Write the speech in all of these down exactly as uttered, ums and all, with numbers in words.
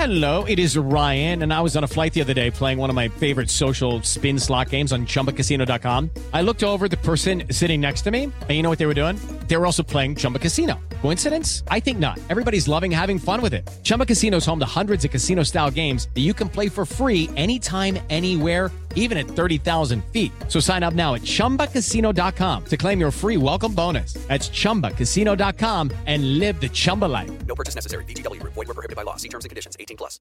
Hello, it is Ryan, and I was on a flight the other day playing one of my favorite social spin slot games on Chumba Casino dot com. I looked over at the person sitting next to me, and you know what they were doing? They were also playing Chumba Casino. Coincidence? I think not. Everybody's loving having fun with it. Chumba Casino is home to hundreds of casino-style games that you can play for free anytime, anywhere, even at thirty thousand feet. So sign up now at Chumba Casino dot com to claim your free welcome bonus. That's Chumba Casino dot com and live the Chumba life. No purchase necessary. V G W. Void where prohibited by law. See terms and conditions. eighteen plus.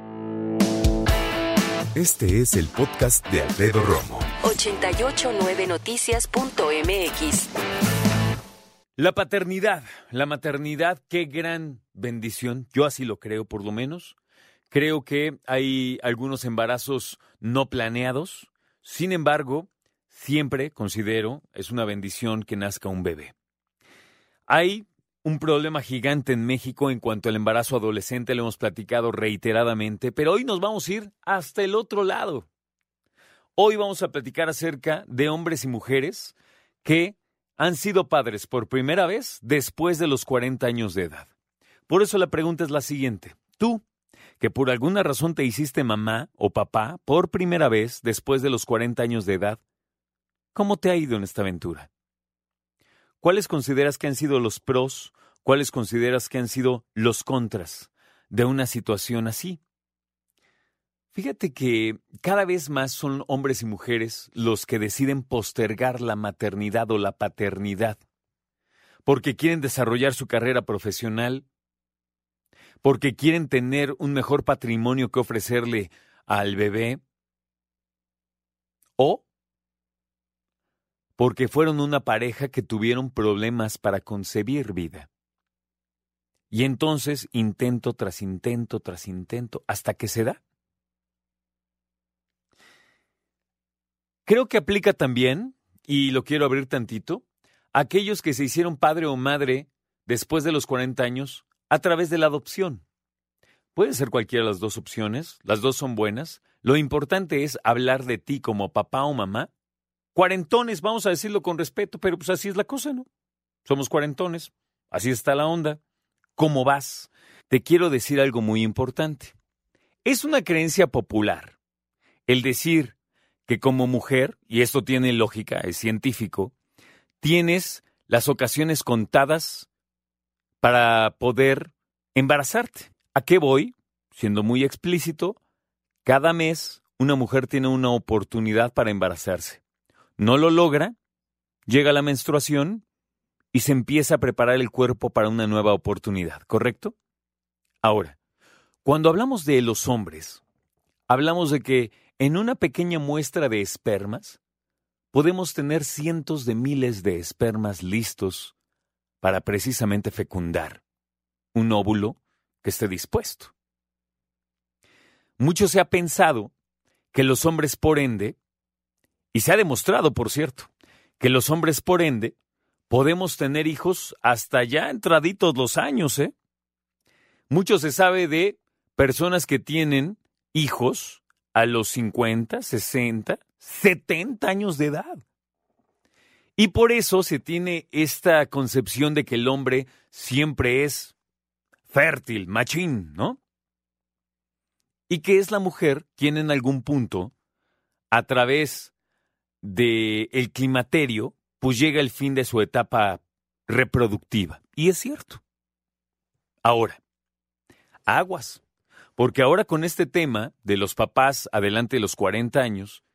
Este es el podcast de Alfredo Romo. ochenta y ocho nueve noticias punto m x. La paternidad, la maternidad, qué gran bendición. Yo así lo creo, por lo menos. Creo que hay algunos embarazos no planeados. Sin embargo, siempre considero es una bendición que nazca un bebé. Hay un problema gigante en México en cuanto al embarazo adolescente, lo hemos platicado reiteradamente, pero hoy nos vamos a ir hasta el otro lado. Hoy vamos a platicar acerca de hombres y mujeres que han sido padres por primera vez después de los cuarenta años de edad. Por eso la pregunta es la siguiente. Tú, que por alguna razón te hiciste mamá o papá por primera vez después de los cuarenta años de edad, ¿cómo te ha ido en esta aventura? ¿Cuáles consideras que han sido los pros? ¿Cuáles consideras que han sido los contras de una situación así? Fíjate que cada vez más son hombres y mujeres los que deciden postergar la maternidad o la paternidad, porque quieren desarrollar su carrera profesional, porque quieren tener un mejor patrimonio que ofrecerle al bebé, o porque fueron una pareja que tuvieron problemas para concebir vida. Y entonces, intento tras intento tras intento, hasta que se da. Creo que aplica también, y lo quiero abrir tantito, a aquellos que se hicieron padre o madre después de los cuarenta años a través de la adopción. Puede ser cualquiera de las dos opciones, las dos son buenas. Lo importante es hablar de ti como papá o mamá. Cuarentones, vamos a decirlo con respeto, pero pues así es la cosa, ¿no? Somos cuarentones, así está la onda. ¿Cómo vas? Te quiero decir algo muy importante. Es una creencia popular el decir que como mujer, y esto tiene lógica, es científico, tienes las ocasiones contadas para poder embarazarte. ¿A qué voy? Siendo muy explícito, cada mes una mujer tiene una oportunidad para embarazarse. No lo logra, llega la menstruación y se empieza a preparar el cuerpo para una nueva oportunidad, ¿correcto? Ahora, cuando hablamos de los hombres, hablamos de que en una pequeña muestra de espermas, podemos tener cientos de miles de espermas listos para precisamente fecundar un óvulo que esté dispuesto. Mucho se ha pensado que los hombres, por ende, y se ha demostrado, por cierto, que los hombres, por ende, podemos tener hijos hasta ya entraditos los años, ¿eh? Mucho se sabe de personas que tienen hijos a los cincuenta, sesenta, setenta años de edad. Y por eso se tiene esta concepción de que el hombre siempre es fértil, machín, ¿no? Y que es la mujer quien en algún punto, a través del climaterio, pues llega el fin de su etapa reproductiva. Y es cierto. Ahora, aguas. Porque ahora con este tema de los papás adelante de los cuarenta años,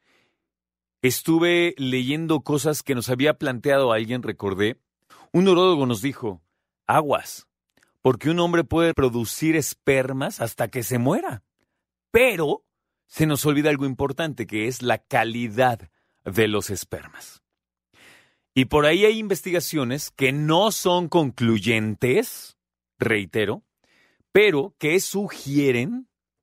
estuve leyendo cosas que nos había planteado alguien, recordé. Un urólogo nos dijo, aguas, porque un hombre puede producir espermas hasta que se muera. Pero se nos olvida algo importante, que es la calidad de los espermas. Y por ahí hay investigaciones que no son concluyentes, reitero, pero que sugieren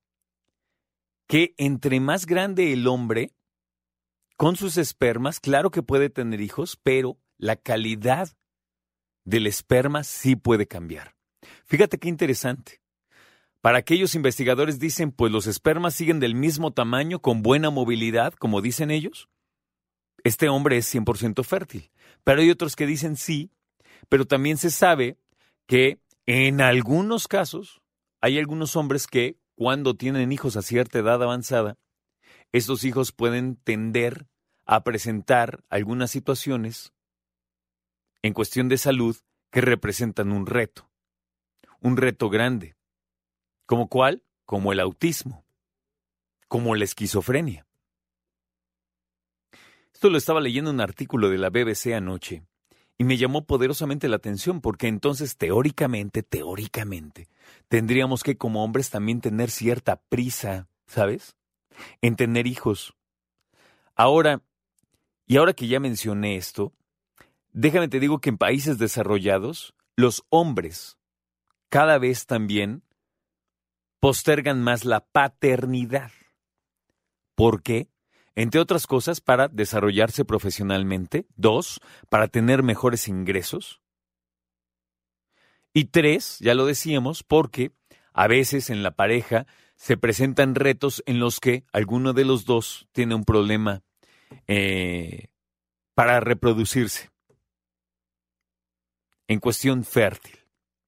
que entre más grande el hombre, con sus espermas, claro que puede tener hijos, pero la calidad del esperma sí puede cambiar. Fíjate qué interesante. Para aquellos investigadores dicen, pues los espermas siguen del mismo tamaño, con buena movilidad, como dicen ellos. Este hombre es cien por ciento fértil. Pero hay otros que dicen sí, pero también se sabe que en algunos casos hay algunos hombres que cuando tienen hijos a cierta edad avanzada, estos hijos pueden tender a presentar algunas situaciones en cuestión de salud que representan un reto, un reto grande. ¿Como cuál? Como el autismo, como la esquizofrenia. Esto lo estaba leyendo en un artículo de la B B C anoche y me llamó poderosamente la atención porque entonces teóricamente, teóricamente, tendríamos que como hombres también tener cierta prisa, ¿sabes?, en tener hijos. Ahora, y ahora que ya mencioné esto, déjame te digo que en países desarrollados, los hombres cada vez también postergan más la paternidad. ¿Por qué? Entre otras cosas, para desarrollarse profesionalmente. Dos, para tener mejores ingresos. Y tres, ya lo decíamos, porque a veces en la pareja se presentan retos en los que alguno de los dos tiene un problema eh, para reproducirse. En cuestión fértil.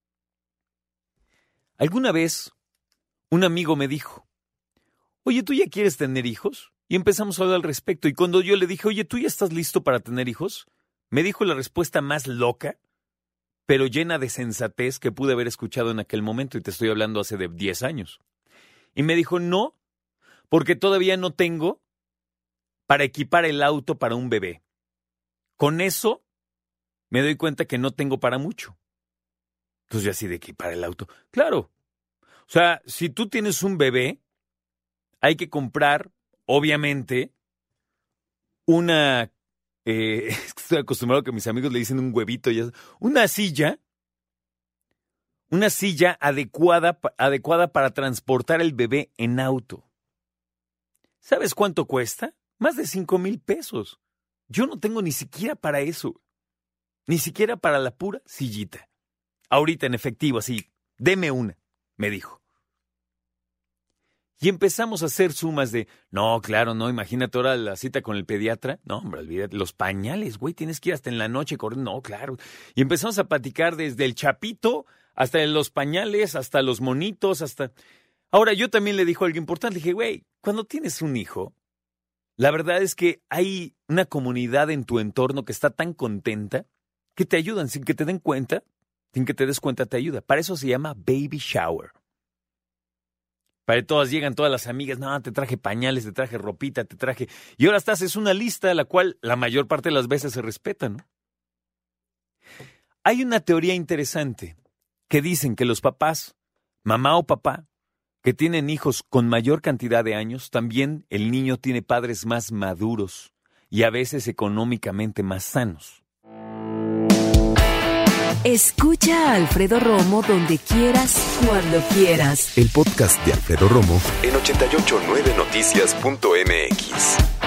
Alguna vez un amigo me dijo, oye, ¿tú ya quieres tener hijos? Y empezamos a hablar al respecto. Y cuando yo le dije, oye, ¿tú ya estás listo para tener hijos? Me dijo la respuesta más loca, pero llena de sensatez que pude haber escuchado en aquel momento. Y te estoy hablando hace de diez años. Y me dijo, no, porque todavía no tengo para equipar el auto para un bebé. Con eso me doy cuenta que no tengo para mucho. Entonces yo así de equipar el auto. Claro. O sea, si tú tienes un bebé, hay que comprar, obviamente, una... Eh, estoy acostumbrado a que mis amigos le dicen un huevito. Ya, una silla. Una silla adecuada, adecuada para transportar el bebé en auto. ¿Sabes cuánto cuesta? Más de cinco mil pesos. Yo no tengo ni siquiera para eso. Ni siquiera para la pura sillita. Ahorita en efectivo, así, deme una, me dijo. Y empezamos a hacer sumas de, no, claro, no, imagínate ahora la cita con el pediatra. No, hombre, olvídate, los pañales, güey, tienes que ir hasta en la noche corriendo. No, claro. Y empezamos a platicar desde el chapito hasta los pañales, hasta los monitos, hasta... Ahora, yo también le dijo algo importante. Le dije, güey, cuando tienes un hijo, la verdad es que hay una comunidad en tu entorno que está tan contenta que te ayudan sin que te den cuenta, sin que te des cuenta te ayuda. Para eso se llama baby shower. Para todas llegan todas las amigas, no, te traje pañales, te traje ropita, te traje... Y ahora estás, es una lista la cual la mayor parte de las veces se respeta, ¿no? Hay una teoría interesante que dicen que los papás, mamá o papá, que tienen hijos con mayor cantidad de años, también el niño tiene padres más maduros y a veces económicamente más sanos. Escucha a Alfredo Romo donde quieras, cuando quieras. El podcast de Alfredo Romo en ochenta y ocho punto nueve noticias punto m x.